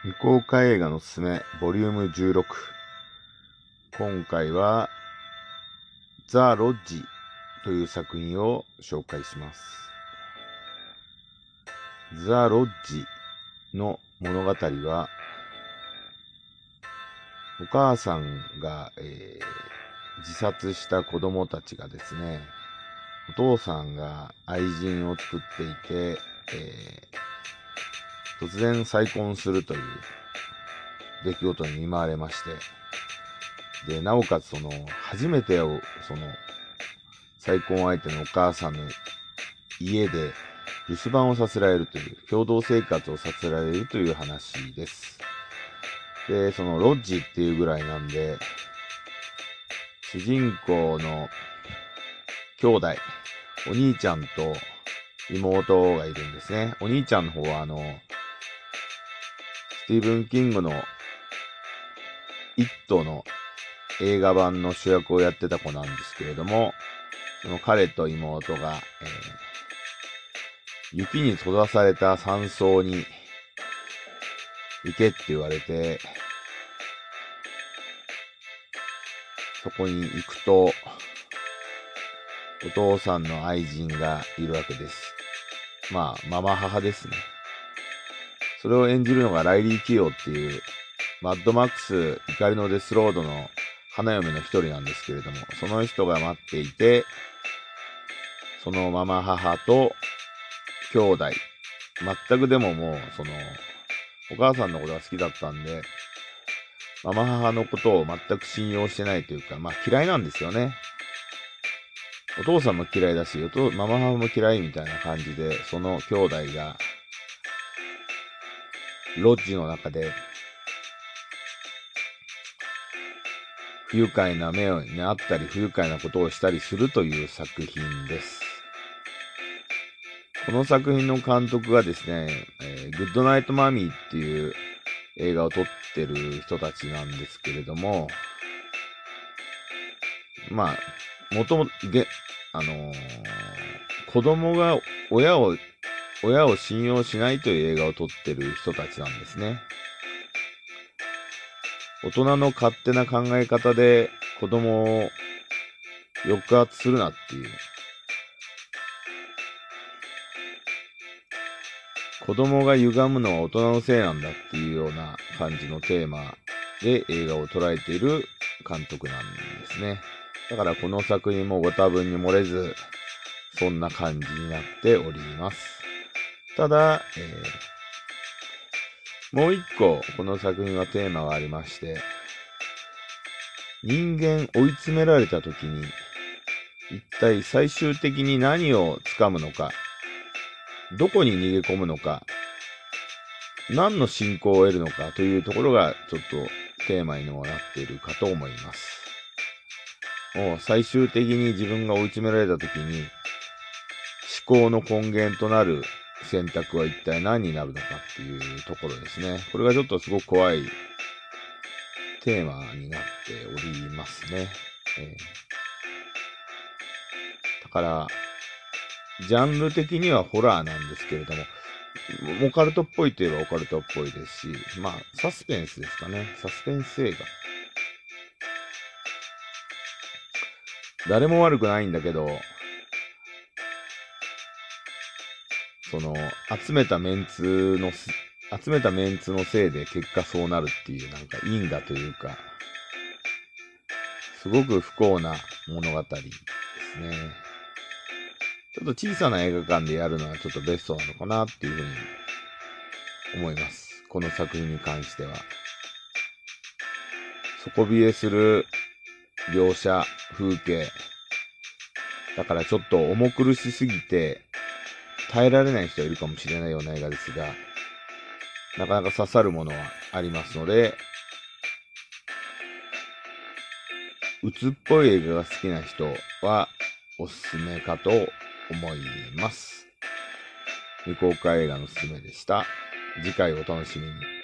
未公開映画のすすめボリューム16。今回はザ・ロッジという作品を紹介します。ザ・ロッジの物語は、お母さんが、自殺した子供たちがですね、お父さんが愛人を作っていて、突然再婚するという出来事に見舞われまして、でなおかつ初めて再婚相手のお母さんの家で留守番をさせられるという、共同生活をさせられるという話です。で、そのロッジっていうぐらいなんで、主人公の兄弟、お兄ちゃんと妹がいるんですね。お兄ちゃんの方はスティーブン・キングのイットの映画版の主役をやってた子なんですけれども、その彼と妹が、雪に閉ざされた山荘に行けって言われて、そこに行くと、お父さんの愛人がいるわけです。まあ、ママ母ですね。それを演じるのがライリー・キオっていう、マッドマックス怒りのデスロードの花嫁の一人なんですけれども、その人が待っていて、そのママ母と兄弟、全くでももう、お母さんのことが好きだったんで、ママ母のことを全く信用してないというか、まあ嫌いなんですよね。お父さんも嫌いだし、ママ母も嫌いみたいな感じで、その兄弟が、ロッジの中で、不愉快な目にあったり、不愉快なことをしたりするという作品です。この作品の監督がですね、グッドナイトマミーっていう映画を撮ってる人たちなんですけれども、まあ、子供が親を信用しないという映画を撮ってる人たちなんですね。大人の勝手な考え方で子供を抑圧するなっていう。子供が歪むのは大人のせいなんだっていうような感じのテーマで映画を捉えている監督なんですね。だからこの作品もご多分に漏れず、そんな感じになっております。ただ、もう一個この作品はテーマがありまして、人間追い詰められた時に一体最終的に何を掴むのか、どこに逃げ込むのか、何の信仰を得るのかというところがちょっとテーマにもなっているかと思います。もう最終的に自分が追い詰められた時に思考の根源となる選択は一体何になるのかっていうところですね。これがちょっとすごく怖いテーマになっておりますね。だから、ジャンル的にはホラーなんですけれども、オカルトっぽいといえばオカルトっぽいですし、まあ、サスペンスですかね。サスペンス映画。誰も悪くないんだけど、集めたメンツのせいで結果そうなるっていう、なんか因果というか、すごく不幸な物語ですね。ちょっと小さな映画館でやるのはちょっとベストなのかなっていうふうに思います。この作品に関しては。底冷えする描写、風景。だからちょっと重苦しすぎて耐えられない人はいるかもしれないような映画ですが、なかなか刺さるものはありますので、鬱っぽい映画が好きな人はおすすめかと思います。未公開映画のすすめでした。次回お楽しみに。